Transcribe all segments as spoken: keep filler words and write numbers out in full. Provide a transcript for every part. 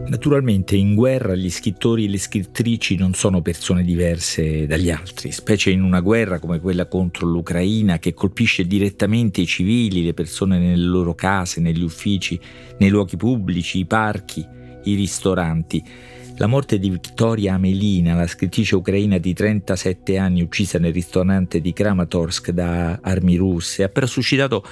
Naturalmente in guerra gli scrittori e le scrittrici non sono persone diverse dagli altri, specie in una guerra come quella contro l'Ucraina che colpisce direttamente i civili, le persone nelle loro case, negli uffici, nei luoghi pubblici, i parchi, i ristoranti. La morte di Viktoria Amelina, la scrittrice ucraina di trentasette anni uccisa nel ristorante di Kramatorsk da armi russe, ha però suscitato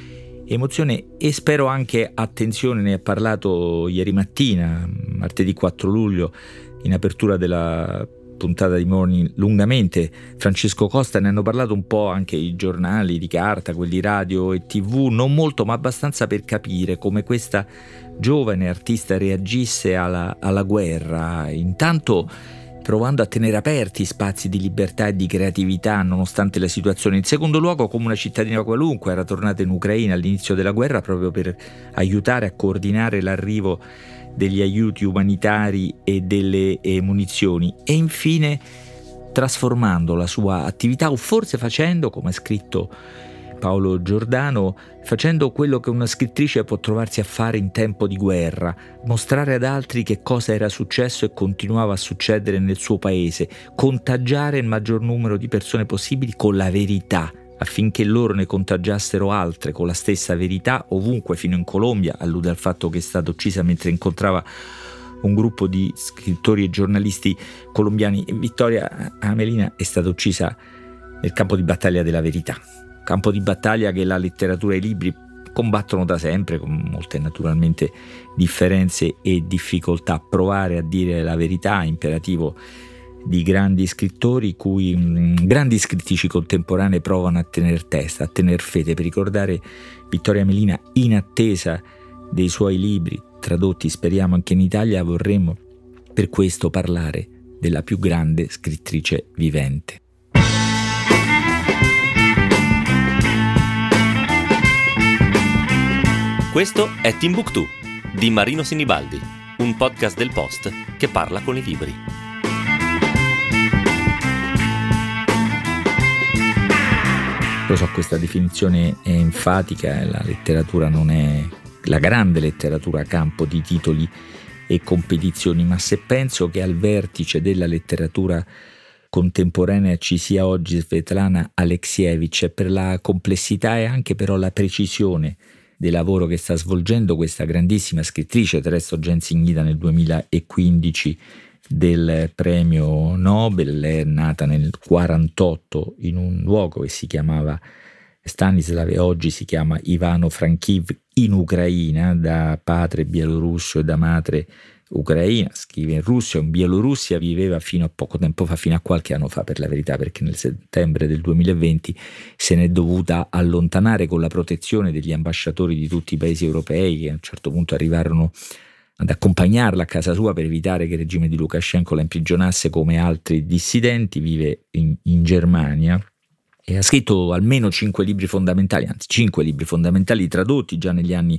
emozione e spero anche attenzione. Ne ha parlato ieri mattina, martedì quattro luglio, in apertura della puntata di Morning lungamente Francesco Costa. Ne hanno parlato un po' anche i giornali di carta, quelli radio e tv, non molto ma abbastanza per capire come questa giovane artista reagisse alla, alla guerra, intanto provando a tenere aperti spazi di libertà e di creatività nonostante la situazione. In secondo luogo, come una cittadina qualunque, era tornata in Ucraina all'inizio della guerra proprio per aiutare a coordinare l'arrivo degli aiuti umanitari e delle eh, munizioni, e infine trasformando la sua attività, o forse facendo, come ha scritto Paolo Giordano, facendo quello che una scrittrice può trovarsi a fare in tempo di guerra: mostrare ad altri che cosa era successo e continuava a succedere nel suo paese, contagiare il maggior numero di persone possibili con la verità, affinché loro ne contagiassero altre con la stessa verità ovunque, fino in Colombia. Allude al fatto che è stata uccisa mentre incontrava un gruppo di scrittori e giornalisti colombiani. Viktoria Amelina è stata uccisa nel campo di battaglia della verità, campo di battaglia che la letteratura e i libri combattono da sempre, con molte naturalmente differenze e difficoltà. Provare a dire la verità è imperativo di grandi scrittori cui mh, grandi scrittrici contemporanee provano a tener testa, a tener fede. Per ricordare Viktoria Amelina, in attesa dei suoi libri tradotti, speriamo anche in Italia, vorremmo per questo parlare della più grande scrittrice vivente. Questo è Timbuktu di Marino Sinibaldi, un podcast del Post che parla con i libri. Lo so, questa definizione è enfatica, la letteratura non è la grande letteratura a campo di titoli e competizioni, ma se penso che al vertice della letteratura contemporanea ci sia oggi Svetlana Alexievich, per la complessità e anche però la precisione del lavoro che sta svolgendo questa grandissima scrittrice, del resto già insignita nel duemilaquindici del premio Nobel. Lei è nata nel quarantotto in un luogo che si chiamava Stanislav e oggi si chiama Ivano-Frankiv, in Ucraina, da padre bielorusso e da madre ucraina. Scrive in russo, in Bielorussia viveva fino a poco tempo fa, fino a qualche anno fa per la verità, perché nel settembre del duemilaventi se n'è dovuta allontanare con la protezione degli ambasciatori di tutti i paesi europei, che a un certo punto arrivarono ad accompagnarla a casa sua per evitare che il regime di Lukashenko la imprigionasse come altri dissidenti. Vive in, in Germania e ha scritto almeno cinque libri fondamentali, anzi cinque libri fondamentali tradotti già negli anni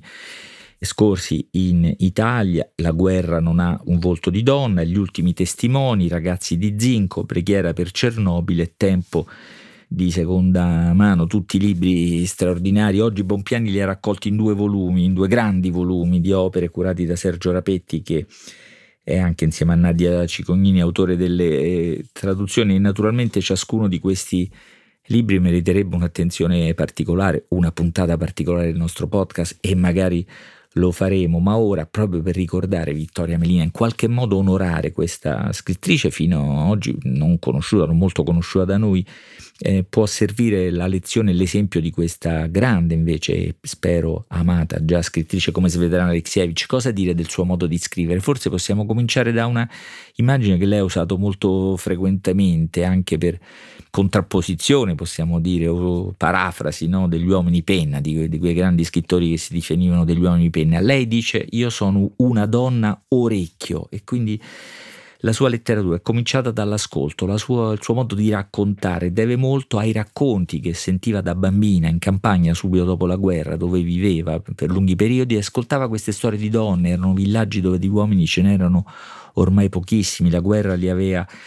scorsi in Italia: La guerra non ha un volto di donna, Gli ultimi testimoni, Ragazzi di zinco, Preghiera per Cernobile, Tempo di seconda mano, tutti libri straordinari. Oggi Bompiani li ha raccolti in due volumi, in due grandi volumi di opere curati da Sergio Rapetti, che è anche insieme a Nadia Cicognini autore delle eh, traduzioni, e naturalmente ciascuno di questi libri meriterebbe un'attenzione particolare, una puntata particolare del nostro podcast, e magari lo faremo. Ma ora, proprio per ricordare Viktoria Amelina, in qualche modo onorare questa scrittrice fino ad oggi non conosciuta, non molto conosciuta da noi, eh, può servire la lezione e l'esempio di questa grande, invece spero amata già scrittrice come Svetlana Alexievich. Cosa dire del suo modo di scrivere? Forse possiamo cominciare da una immagine che lei ha usato molto frequentemente anche per contrapposizione, possiamo dire, o parafrasi, no, degli uomini penna, di, di quei grandi scrittori che si definivano degli uomini penna. Lei dice: io sono una donna orecchio, e quindi la sua letteratura è cominciata dall'ascolto. La sua, il suo modo di raccontare deve molto ai racconti che sentiva da bambina in campagna subito dopo la guerra, dove viveva per lunghi periodi, e ascoltava queste storie di donne. Erano villaggi dove di uomini ce n'erano ormai pochissimi, la guerra li aveva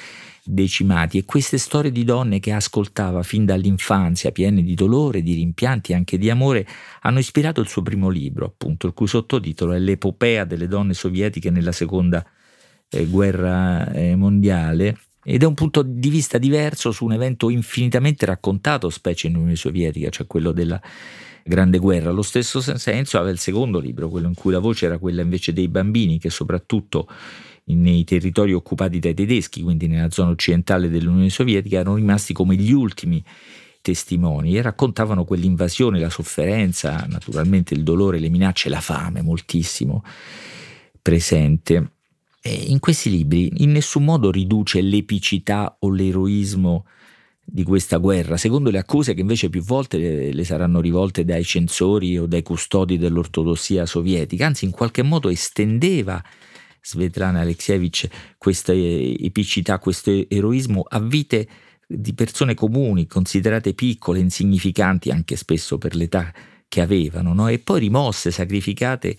decimati, e queste storie di donne che ascoltava fin dall'infanzia, piene di dolore, di rimpianti, anche di amore, hanno ispirato il suo primo libro, appunto, il cui sottotitolo è L'epopea delle donne sovietiche nella seconda eh, guerra eh, mondiale, ed è un punto di vista diverso su un evento infinitamente raccontato, specie in Unione Sovietica, cioè quello della Grande Guerra. Lo stesso senso aveva il secondo libro, quello in cui la voce era quella invece dei bambini, che soprattutto nei territori occupati dai tedeschi, quindi nella zona occidentale dell'Unione Sovietica, erano rimasti come gli ultimi testimoni e raccontavano quell'invasione, la sofferenza, naturalmente il dolore, le minacce, la fame moltissimo presente. E in questi libri in nessun modo riduce l'epicità o l'eroismo di questa guerra, secondo le accuse che invece più volte le, le saranno rivolte dai censori o dai custodi dell'ortodossia sovietica, anzi in qualche modo estendeva Svetlana Aleksijevich questa epicità, questo eroismo a vite di persone comuni, considerate piccole, insignificanti anche spesso per l'età che avevano, no? E poi rimosse, sacrificate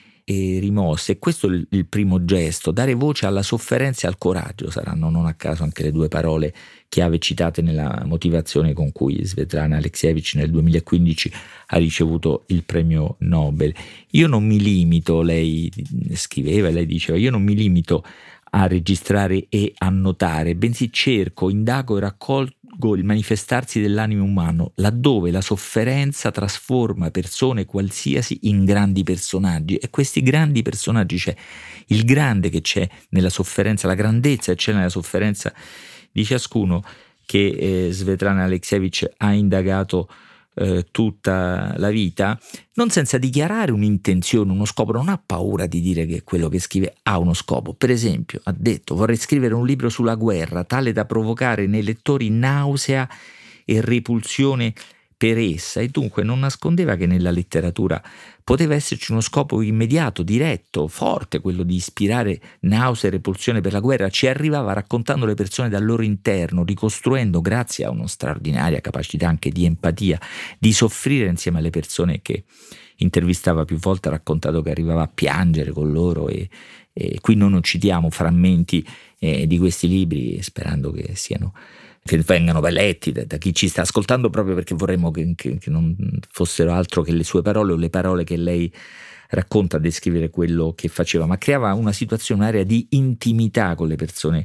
e rimosse. E questo è il, il primo gesto, dare voce alla sofferenza e al coraggio. Saranno non a caso anche le due parole chiave citate nella motivazione con cui Svetlana Aleksijevich nel duemilaquindici ha ricevuto il premio Nobel. Io non mi limito, lei scriveva, lei diceva, io non mi limito a registrare e annotare, bensì cerco, indago e raccolgo il manifestarsi dell'animo umano, laddove la sofferenza trasforma persone qualsiasi in grandi personaggi. E questi grandi personaggi, c'è il grande che c'è nella sofferenza, la grandezza che c'è nella sofferenza di ciascuno, che eh, Svetlana Aleksijevich ha indagato eh, tutta la vita, non senza dichiarare un'intenzione, uno scopo. Non ha paura di dire che quello che scrive ha uno scopo. Per esempio ha detto: vorrei scrivere un libro sulla guerra tale da provocare nei lettori nausea e repulsione per essa, e dunque non nascondeva che nella letteratura poteva esserci uno scopo immediato, diretto, forte, quello di ispirare nausea e repulsione per la guerra. Ci arrivava raccontando le persone dal loro interno, ricostruendo, grazie a una straordinaria capacità anche di empatia, di soffrire insieme alle persone che intervistava. Più volte ha raccontato che arrivava a piangere con loro, e, e qui noi non citiamo frammenti eh, di questi libri, sperando che siano che vengano letti da, da chi ci sta ascoltando, proprio perché vorremmo che, che, che non fossero altro che le sue parole o le parole che lei racconta a descrivere quello che faceva, ma creava una situazione, un'area di intimità con le persone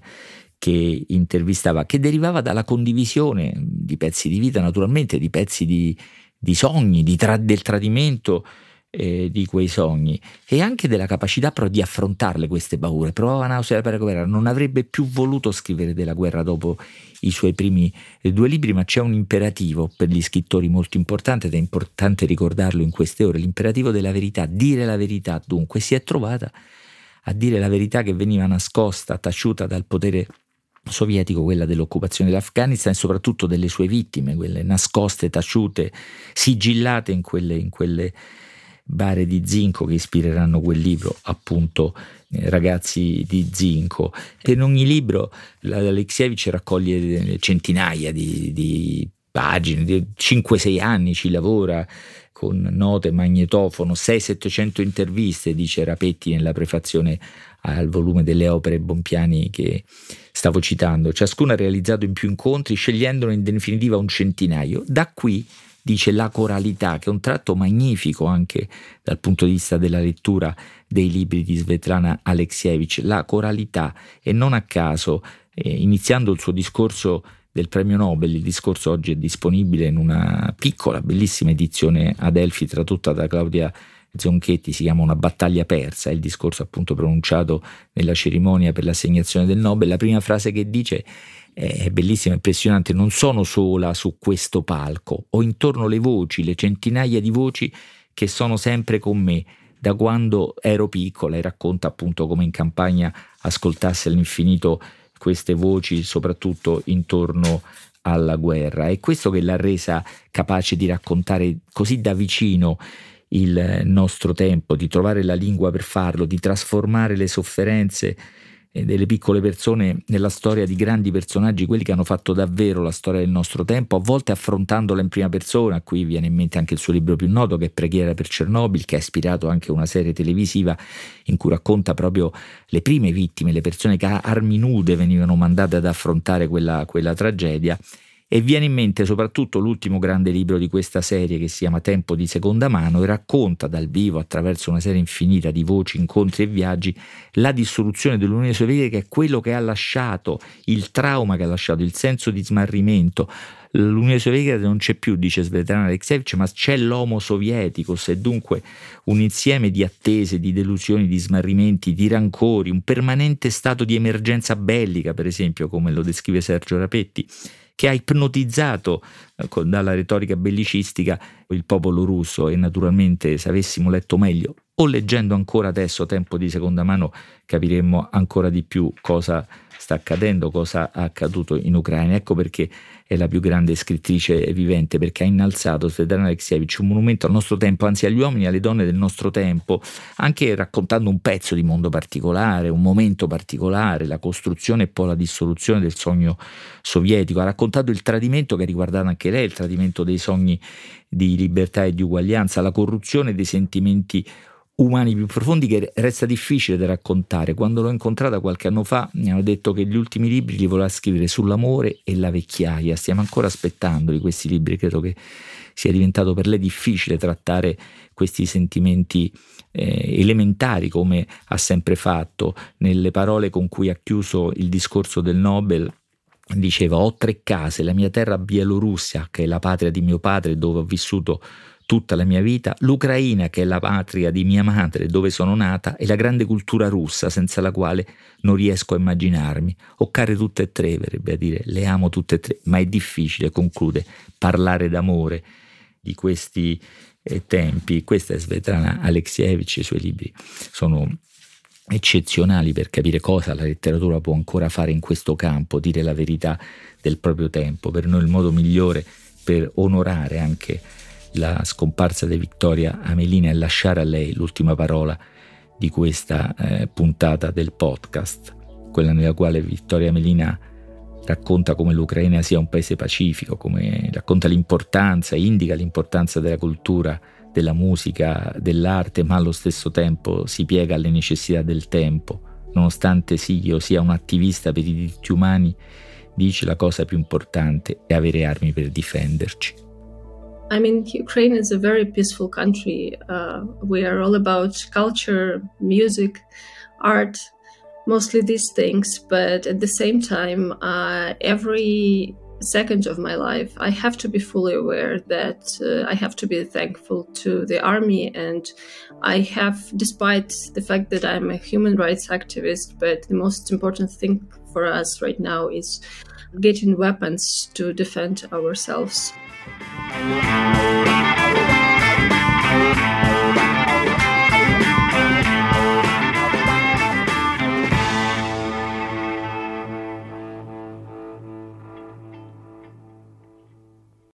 che intervistava, che derivava dalla condivisione di pezzi di vita, naturalmente, di pezzi di, di sogni, di tra, del tradimento eh, di quei sogni, e anche della capacità però di affrontarle queste paure. Provava nausea per la guerra, non avrebbe più voluto scrivere della guerra dopo i suoi primi due libri, ma c'è un imperativo per gli scrittori molto importante, ed è importante ricordarlo in queste ore, l'imperativo della verità, dire la verità. Dunque si è trovata a dire la verità che veniva nascosta, taciuta dal potere sovietico, quella dell'occupazione dell'Afghanistan e soprattutto delle sue vittime, quelle nascoste, taciute, sigillate in quelle, in quelle bare di zinco che ispireranno quel libro, appunto, eh, Ragazzi di zinco. Per ogni libro Aleksijevich raccoglie centinaia di, di pagine, di cinque sei anni ci lavora, con note, magnetofono, sei settecento interviste, dice Rapetti nella prefazione al volume delle opere Bompiani che stavo citando. Ciascuno ha realizzato in più incontri, scegliendone in definitiva un centinaio. Da qui, dice, la coralità, che è un tratto magnifico anche dal punto di vista della lettura dei libri di Svetlana Aleksijevich, la coralità. E non a caso, eh, iniziando il suo discorso del premio Nobel, il discorso oggi è disponibile in una piccola, bellissima edizione Adelphi tradotta da Claudia Zonchetti, si chiama Una battaglia persa, è il discorso appunto pronunciato nella cerimonia per l'assegnazione del Nobel. La prima frase che dice è bellissima, impressionante: non sono sola su questo palco, ho intorno le voci, le centinaia di voci che sono sempre con me da quando ero piccola, e racconta appunto come in campagna ascoltasse all'infinito queste voci, soprattutto intorno alla guerra. È questo che l'ha resa capace di raccontare così da vicino il nostro tempo, di trovare la lingua per farlo, di trasformare le sofferenze e delle piccole persone nella storia di grandi personaggi, quelli che hanno fatto davvero la storia del nostro tempo, a volte affrontandola in prima persona. Qui viene in mente anche il suo libro più noto, che è Preghiera per Chernobyl, che ha ispirato anche una serie televisiva in cui racconta proprio le prime vittime, le persone che a armi nude venivano mandate ad affrontare quella, quella tragedia. E viene in mente soprattutto l'ultimo grande libro di questa serie, che si chiama Tempo di seconda mano, e racconta dal vivo, attraverso una serie infinita di voci, incontri e viaggi, la dissoluzione dell'Unione Sovietica, che è quello che ha lasciato, il trauma che ha lasciato, il senso di smarrimento. L'Unione Sovietica non c'è più, dice Svetlana Alexievich, ma c'è l'Homo Sovieticus, e dunque un insieme di attese, di delusioni, di smarrimenti, di rancori, un permanente stato di emergenza bellica, per esempio, come lo descrive Sergio Rapetti, che ha ipnotizzato eh, dalla retorica bellicistica il popolo russo. E naturalmente, se avessimo letto meglio, o leggendo ancora adesso Tempo di seconda mano, capiremmo ancora di più cosa sta accadendo, cosa ha accaduto in Ucraina. Ecco perché è la più grande scrittrice vivente, perché ha innalzato, Svetlana Alexievich, un monumento al nostro tempo, anzi agli uomini e alle donne del nostro tempo, anche raccontando un pezzo di mondo particolare, un momento particolare, la costruzione e poi la dissoluzione del sogno sovietico. Ha raccontato il tradimento che ha riguardato anche lei, il tradimento dei sogni di libertà e di uguaglianza, la corruzione dei sentimenti umani più profondi, che resta difficile da raccontare. Quando l'ho incontrata qualche anno fa, mi hanno detto che gli ultimi libri li voleva scrivere sull'amore e la vecchiaia. Stiamo ancora aspettando di questi libri. Credo che sia diventato per lei difficile trattare questi sentimenti eh, elementari, come ha sempre fatto. Nelle parole con cui ha chiuso il discorso del Nobel, diceva: ho tre case, la mia terra Bielorussia, che è la patria di mio padre, dove ho vissuto tutta la mia vita, l'Ucraina, che è la patria di mia madre, dove sono nata, e la grande cultura russa, senza la quale non riesco a immaginarmi. Ho care tutte e tre, verrebbe a dire, le amo tutte e tre, ma è difficile, conclude, parlare d'amore di questi eh, tempi. Questa è Svetlana Alexievich, i suoi libri sono eccezionali per capire cosa la letteratura può ancora fare in questo campo, dire la verità del proprio tempo. Per noi il modo migliore per onorare anche la scomparsa di Vittoria Amelina è lasciare a lei l'ultima parola di questa eh, puntata del podcast, quella nella quale Vittoria Amelina racconta come l'Ucraina sia un paese pacifico, come racconta l'importanza, indica l'importanza della cultura, della musica, dell'arte, ma allo stesso tempo si piega alle necessità del tempo. Nonostante sì, io sia un attivista per i diritti umani, dice, la cosa più importante è avere armi per difenderci. I mean, Ukraine is a very peaceful country. Uh, we are all about culture, music, art, mostly these things. But at the same time, uh, every second of my life, I have to be fully aware that uh, I have to be thankful to the army. And I have, despite the fact that I'm a human rights activist, but the most important thing for us right now is getting weapons to defend ourselves. Thank you.